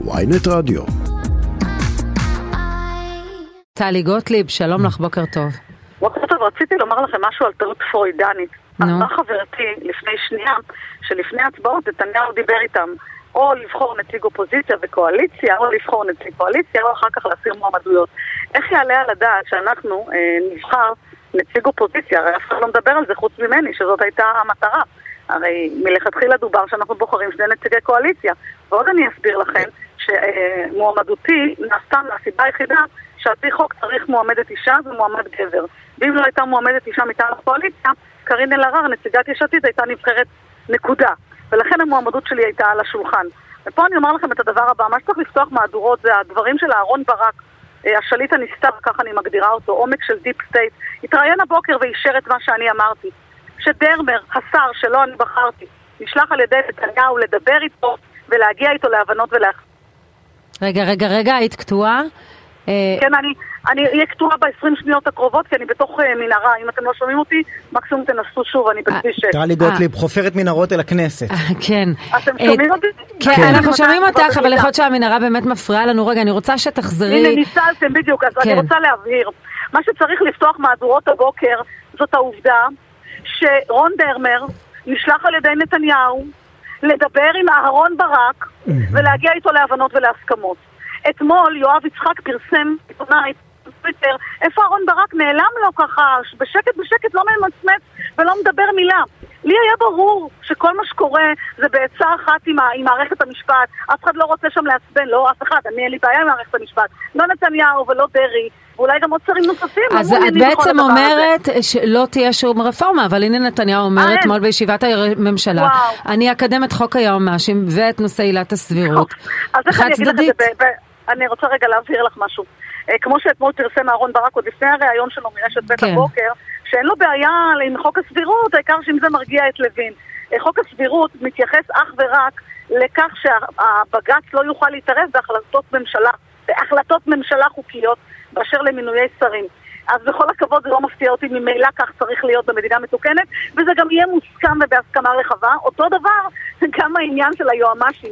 ynet רדיו. טלי גוטליב, שלום לך, בוקר טוב. בוקר טוב, רציתי לומר לכם משהו על טעות פרוידנית. אמרה חברתי לפני שנייה, שלפני הצבעות נתניהו דיבר איתם או לבחור נציג אופוזיציה וקואליציה, או לבחור נציג קואליציה, או אחר כך להסיר מועמדויות. איך יעלה על הדעת שאנחנו נבחר נציג אופוזיציה? הרי אף אחד לא מדבר על זה חוץ ממני, שזאת הייתה המטרה. הרי מלכתחילה דובר שאנחנו בוחרים שני נציגי קואליציה. ועוד אני אסביר לכם שמועמדותי נעשתה מהסיבה היחידה שעל פי חוק צריך מועמדת אישה ומועמד גבר. ואם לא הייתה מועמדת אישה מטעם הקואליציה, קארין אלהרר, נציגת יש עתיד, הייתה נבחרת נקודה. ולכן המועמדות שלי הייתה על השולחן. ופה אני אומר לכם את הדבר הבא, מה שצריך לפתוח מהדורות זה הדברים של אהרון ברק, השליט הנסתר, ככה אני מגדירה אותו, עומק של דיפ סטייט, התראיין הבוקר ואישר את מה שאני אמרתי. שדרמר, השר שלא אני בחרתי, נשלח על ידי נתניהו לדבר איתו ולהגיע איתו להבנות רגע, היית קטועה? כן, אני אהיה קטועה ב-20 שניות הקרובות, כי אני בתוך מנהרה. אם אתם לא שומעים אותי, מקסימום תנסו שוב, אני בכביש 6. טלי גוטליב, חופרת מנהרות אל הכנסת. כן. אתם שומעים אותי? כן, אנחנו שומעים אותך, אבל יכול להיות שהמנהרה באמת מפריעה לנו. רגע, אני רוצה שתחזרי. הנה, ניסלתם בדיוק, אז אני רוצה להבהיר. מה שצריך לפתוח מהדורות הבוקר, זאת העובדה שרון דרמר נשלח על ידי נתניהו לדבר עם אהרון ברק ולהגיע איתו להבנות ולהסכמות. אתמול יואב יצחק פרסם עיתונאי בטוויטר, איפה אהרון ברק נעלם לו ככה, בשקט לא ממצמץ ולא מדבר מילה. לי היה ברור שכל מה שקורה זה בעצה אחת עם מערכת המשפט. אף אחד לא רוצה שם להצבן, לא אף אחד, אני אין לי בעיה עם מערכת המשפט. לא נתניהו ולא דרי, ואולי גם עוד שרים נוספים. אז את בעצם אומרת שלא תהיה שום רפורמה, אבל הנה נתניהו אומר אתמול בישיבת הממשלה, אני אקדם את חוק היועמ"שים ואת נושא עילת הסבירות. אז איך אני אגיד לך את זה? אני רוצה רגע להבהיר לך משהו. כמו שאתמול פרסם אהרון ברק עוד לפני הראיון שלו מרשת בית הבוקר, שאין לו בעיה עם חוק הסבירות, העיקר שאם זה מרגיע את לוין. חוק הסבירות מתייחס אך ורק לכך שהבג"ץ לא יוכל להתערב בהחלטות ממשלה חוקיות באשר למינויי שרים. אז בכל הכבוד זה לא מפתיע אותי, ממילא כך צריך להיות במדינה מתוקנת, וזה גם יהיה מוסכם ובהסכמה רחבה. אותו דבר גם העניין של היועמ"שים,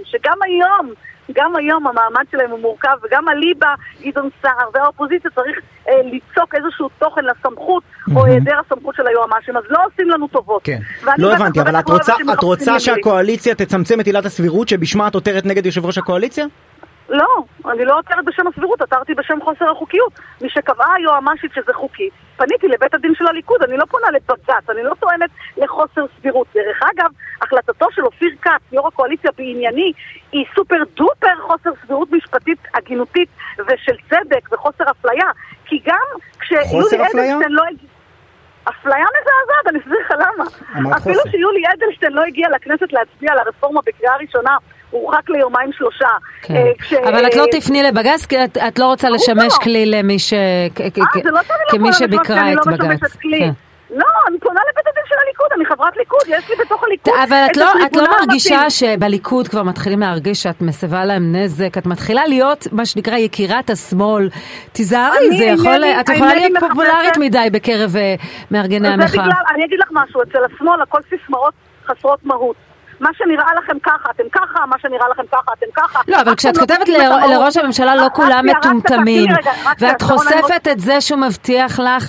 שגם היום המעמד שלהם הוא מורכב, וגם הליבה, גדעון סער והאופוזיציה צריך ליצוק איזשהו תוכן לסמכות או היעדר הסמכות של היועמ"שים, אז לא עושים לנו טובות. כן. לא הבנתי, אבל את רוצה שהקואליציה תצמצם את עילת הסבירות שבשמה את עותרת נגד יושב ראש הקואליציה? לא, אני לא עותרת בשם הסבירות, עתרתי בשם חוסר החוקיות. מי שקבעה היועמ"שית שזה חוקי, פניתי לבית הדין של הליכוד, אני לא פונה לבג"ץ, אני לא טוענת לחוסר סבירות. דרך אגב, החלטתו של אופיר כץ, יו"ר הקואליציה בענייני, היא סופר דופר חוסר סבירות משפטית, הגינותית ושל צדק וחוסר אפליה. כי גם כשיולי אדלשטיין לא הגיע... אפליה מזעזעת, אני אסביר לך למה. אפילו שיולי אדלשטיין לא הגיע לכנסת להצביע על הרפורמה בקריאה ראשונה, הוא רק ליומיים שלושה. אבל את לא תפני לבג"ץ, כי את לא רוצה לשמש כלי למי כמי שביקרה את בג"ץ. לא, אני פונה לבית הדין של הליכוד, אני חברת ליכוד, יש לי בתוך הליכוד. אבל את לא מרגישה שבליכוד כבר מתחילים להרגיש שאת מסבה להם נזק, את מתחילה להיות מה שנקרא יקירת השמאל, תיזהרי, את יכולה להיות פופולרית מדי בקרב מארגני המחאה. אני אגיד לך משהו, אצל השמאל הכל סיסמאות חסרות מהות. מה שנראה לכם ככה, אתם ככה, מה שנראה לכם ככה, אתם ככה. לא, אבל כשאת כותבת לראש הממשלה לא כולם מטומטמים, ואת חושפת את זה שהוא מבטיח לך,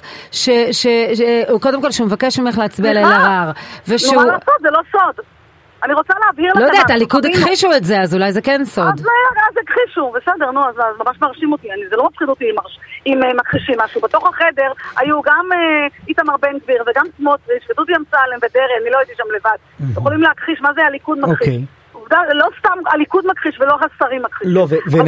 קודם כל שהוא מבקש ממך להצביע לאלהרר. נו, מה לעשות, זה לא סוד. אני רוצה להבהיר לכם. לא יודעת, הליכוד הכחישו את זה, אז אולי זה כן סוד. אז הכחישו, בסדר, נו, אז ממש מרשים אותי, זה לא מפחיד אותי אם מכחישים משהו. בתוך החדר היו גם איתמר בן גביר וגם סמוטריץ' ודודי אמסלם ודרעי, אני לא הייתי שם לבד. יכולים להכחיש, מה זה הליכוד מכחיש? לא סתם הליכוד מכחיש ולא השרים מכחיש. לא,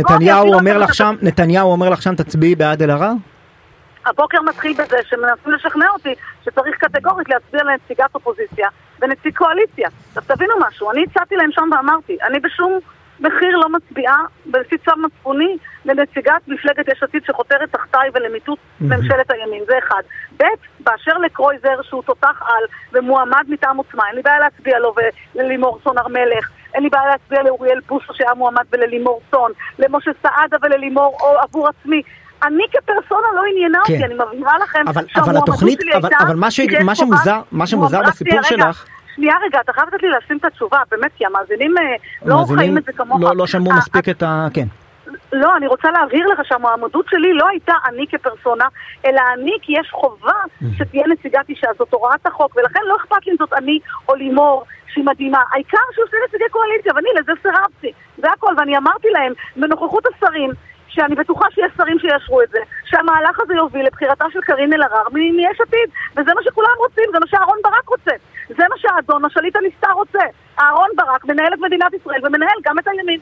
ונתניהו אומר לך שם תצביעי בעד אלהרר? הבוקר מתחיל בזה שמנסים לשכנע אותי שצריך קטגורית להצביע לנציגת אופוזיציה ונציג קואליציה. אז תבינו משהו, אני הצעתי להם שם ואמרתי, אני בשום מחיר לא מצביעה לפי צו מצפוני לנציגת מפלגת יש עתיד שחותרת תחתיי ולמיטוט ממשלת הימין, זה אחד. ב' באשר לקרויזר שהוא תותח על ומועמד מטעם עוצמה, אין לי בעיה להצביע לו וללימור סון הר מלך, אין לי בעיה להצביע לאוריאל בוסו שהיה מועמד וללימור סון, למשה סעדה וללימור או עבור עצמי. אני כפרסונה לא עניינה אותי, אני מבהירה לכם אבל התוכנית, אבל מה שמוזר בסיפור שלך, שנייה רגע, אתה חייב לתת לי לשים את התשובה, באמת, כי המאזינים לא חיים את זה כמוך. לא שמעו מספיק את ה... כן. לא, אני רוצה להבהיר לך שהמועמדות שלי לא הייתה אני כפרסונה, אלא אני כי יש חובה שתהיה נציגת אישה, זאת הוראת החוק, ולכן לא אכפת לי אם זאת אני או לימור שהיא מדהימה. העיקר שהוא שני נציגי קואליציה, ואני לזה סירבתי. זה הכל, ואני אמרתי להם, בנוכחות השרים, שאני בטוחה שיש שרים שיאשרו את זה, שהמהלך הזה יוביל לבחירתה של קארין אלהרר מיש עתיד, וזה מה שכולם רוצים, זה מה שאהרון ברק רוצה, זה מה שהאדון, השליט הנסתר רוצה. אהרון ברק מנהל את מדינת ישראל ומנהל גם את הימין.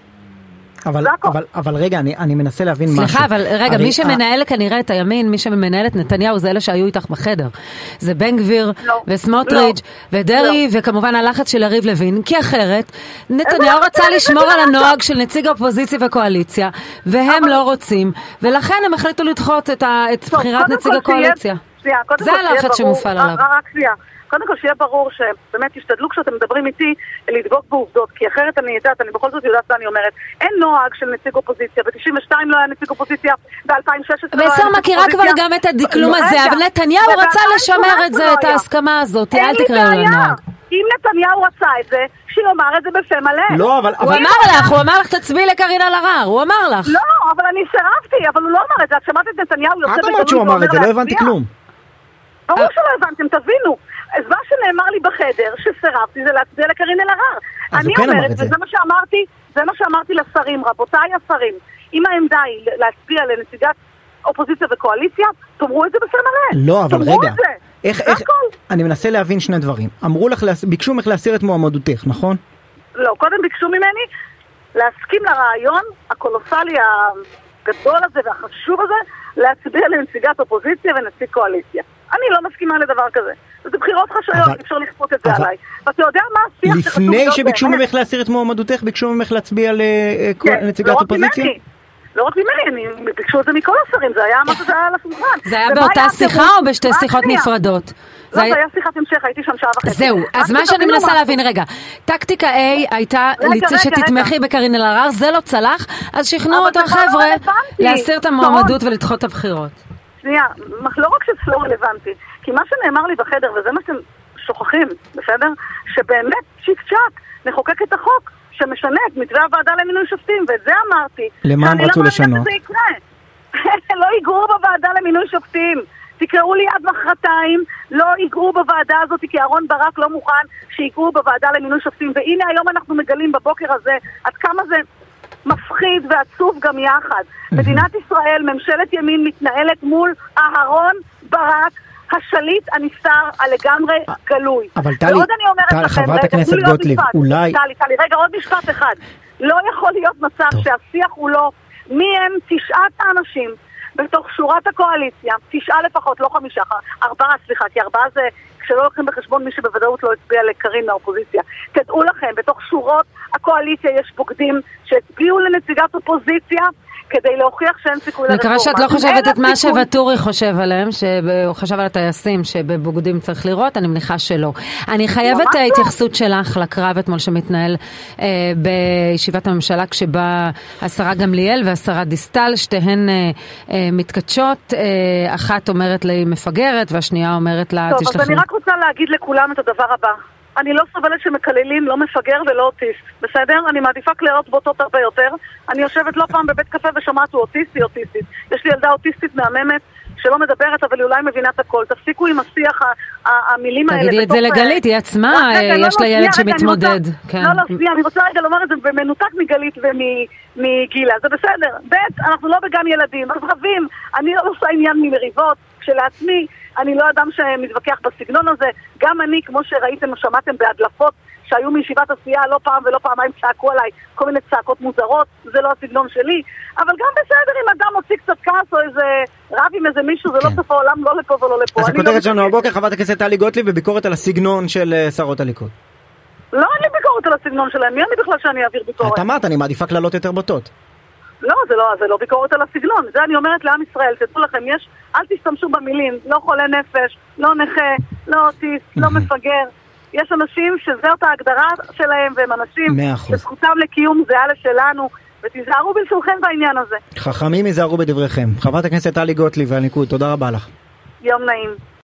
אבל רגע, אני מנסה להבין משהו. סליחה, אבל רגע, מי שמנהל כנראה את הימין, מי שמנהל את נתניהו, זה אלה שהיו איתך בחדר. זה בן גביר וסמוטריץ' ודרי, וכמובן הלחץ של יריב לוין, כי אחרת, נתניהו רצה לשמור על הנוהג של נציג האופוזיציה וקואליציה, והם לא רוצים, ולכן הם החליטו לדחות את בחירת נציג הקואליציה. זה הלחץ שמופעל עליו. קודם כל שיהיה ברור שבאמת תשתדלו כשאתם מדברים איתי לדבוק בעובדות, כי אחרת אני יודעת, אני בכל זאת יודעת מה אני אומרת. אין נוהג של נציג אופוזיציה, ב-92 לא היה נציג אופוזיציה, ב-2016 לא היה נציג אופוזיציה. וסר מכירה כבר גם את הדקלום הזה, אבל נתניהו רצה לשמר את זה, את ההסכמה הזאת, אל תקראו לנוהג. אם נתניהו רצה את זה, שיאמר את זה בפה מלא. לא, אבל... הוא אמר לך תצביעי לקארין אלהרר, הוא אמר לך. לא, אבל אני סירבתי, אבל הוא לא אמר את זה. את שמעת את נתניהו יוצא את אמרת שהוא אמר את זה, לא הבנתי כלום. ברור שלא הבנתם, תבינו. אז מה שנאמר לי בחדר שסירבתי זה להצביע לקארין אלהרר. אני אומרת, וזה מה שאמרתי לשרים, רבותיי השרים, אם העמדה היא להצביע לנציגת אופוזיציה וקואליציה, תאמרו את זה בפה מלא. לא, אבל רגע. איך, אני מנסה להבין שני דברים. אמרו לך, ביקשו ממך להסיר את מועמדותך, נכון? לא, קודם ביקשו ממני להסכים לרעיון הקולוסלי הגדול הזה והחשוב הזה, להצביע לנציגת אופוזיציה ונציג קואליציה. אני לא מסכימה לדבר כזה. זה בחירות חשאיות, אפשר לכפות את זה עליי. ואתה יודע מה השיח שחשוב להיות לפני שביקשו ממך להסיר את מועמדותך, ביקשו ממך להצביע לנציגת אופוזיציה? לא רק ממני, ביקשו את זה מכל השרים, זה היה מה שזה היה על השולחן. זה היה באותה שיחה או בשתי שיחות נפרדות? לא, זה היה שיחת המשך, הייתי שם שעה וחצי. זהו, אז מה שאני מנסה להבין, רגע, טקטיקה A הייתה שתתמכי בקארין אלהרר, זה לא צלח, אז שכנעו אותו חבר'ה להסיר את המועמדות ולדחות את הבחירות. שנייה, לא רק שזה לא רלוונטי, כי מה שנאמר לי בחדר, וזה מה שאתם שוכחים, בסדר? שבאמת צ'יק צ'ק נחוקק את החוק שמשנה את מתווה הוועדה למינוי שופטים, ואת זה אמרתי. למה הם רצו לשנות? לא ייגעו בוועדה למינוי שופטים. תקראו לי עד מחרתיים, לא ייגעו בוועדה הזאת, כי אהרון ברק לא מוכן שיגעו בוועדה למינוי שופטים. והנה היום אנחנו מגלים בבוקר הזה עד כמה זה מפחיד ועצוב גם יחד. מדינת ישראל, ממשלת ימין, מתנהלת מול אהרון ברק, השליט הנסתר הלגמרי גלוי. אבל טלי, חברת הכנסת גוטליב, אולי... טלי, רגע, עוד משפט אחד. לא יכול להיות מצב שהשיח הוא לא מי הם 9 האנשים בתוך שורת הקואליציה, 9 לפחות, לא 5, 4, סליחה, כי 4 זה כשלא לוקחים בחשבון מי שבוודאות לא הצביע לקארין מהאופוזיציה. תדעו לכם, בתוך שורות הקואליציה יש בוגדים שהצביעו לנציגת אופוזיציה כדי להוכיח שאין סיכוי לרפורמה. אני מקווה שאת לא חושבת את מה שוואטורי חושב עליהם, שהוא חשב על הטייסים שבבוגדים צריך לראות, אני מניחה שלא. אני חייבת התייחסות שלך לקרב אתמול שמתנהל בישיבת הממשלה, כשבה השרה גמליאל והשרה דיסטל, שתיהן מתקדשות, אחת אומרת לה היא מפגרת, והשנייה אומרת לה תשלחי. טוב, אז אני רק רוצה להגיד לכולם את הדבר הבא. אני לא סובלת שמקללים, לא מפגר ולא אוטיסט, בסדר? אני מעדיפה קללות בוטות הרבה יותר. אני יושבת לא פעם בבית קפה ושומעת הוא אוטיסטי, אוטיסטית. יש לי ילדה אוטיסטית מהממת שלא מדברת, אבל היא אולי מבינה את הכל. תפסיקו עם השיח המילים האלה. תגידי את זה לגלית, היא עצמה, יש לה ילד שמתמודד. לא, אני רוצה רגע לומר את זה במנותק מגלית ומגילה, זה בסדר. אנחנו לא בגן ילדים, אנחנו רבים. אני לא עושה עניין ממריבות, כשלעצמי אני לא אדם שמתווכח בסגנון הזה. גם אני, כמו שראיתם ושמעתם בהדלפות שהיו מישיבת עשייה, לא פעם ולא פעמיים צעקו עליי כל מיני צעקות מוזרות, זה לא הסגנון שלי. אבל גם בסדר, אם אדם מוציא קצת כעס או איזה רב עם איזה מישהו, זה לא סוף העולם, לא לפה ולא לפה. אז הכותרת שלנו הבוקר, חברת הכנסת טלי גוטליב, בביקורת על הסגנון של שרות הליכוד. לא, אין לי ביקורת על הסגנון שלהם. מי אני בכלל שאני אעביר ביקורת? את אמרת, אני מעדיפה קללות יותר בוטות. לא, זה לא ביקורת על הסגנון. זה אני אומרת לעם ישראל, תדעו לכם, אל תשתמשו במילים, לא חולה נפש, לא נכה, לא אוטיסט, לא מפגר. יש אנשים שזאת ההגדרה שלהם, והם אנשים שזכותם לקיום זהה לשלנו, ותיזהרו בלשונכם בעניין הזה. חכמים ייזהרו בדבריכם. חברת הכנסת טלי גוטליב והליכוד, תודה רבה לך. יום נעים.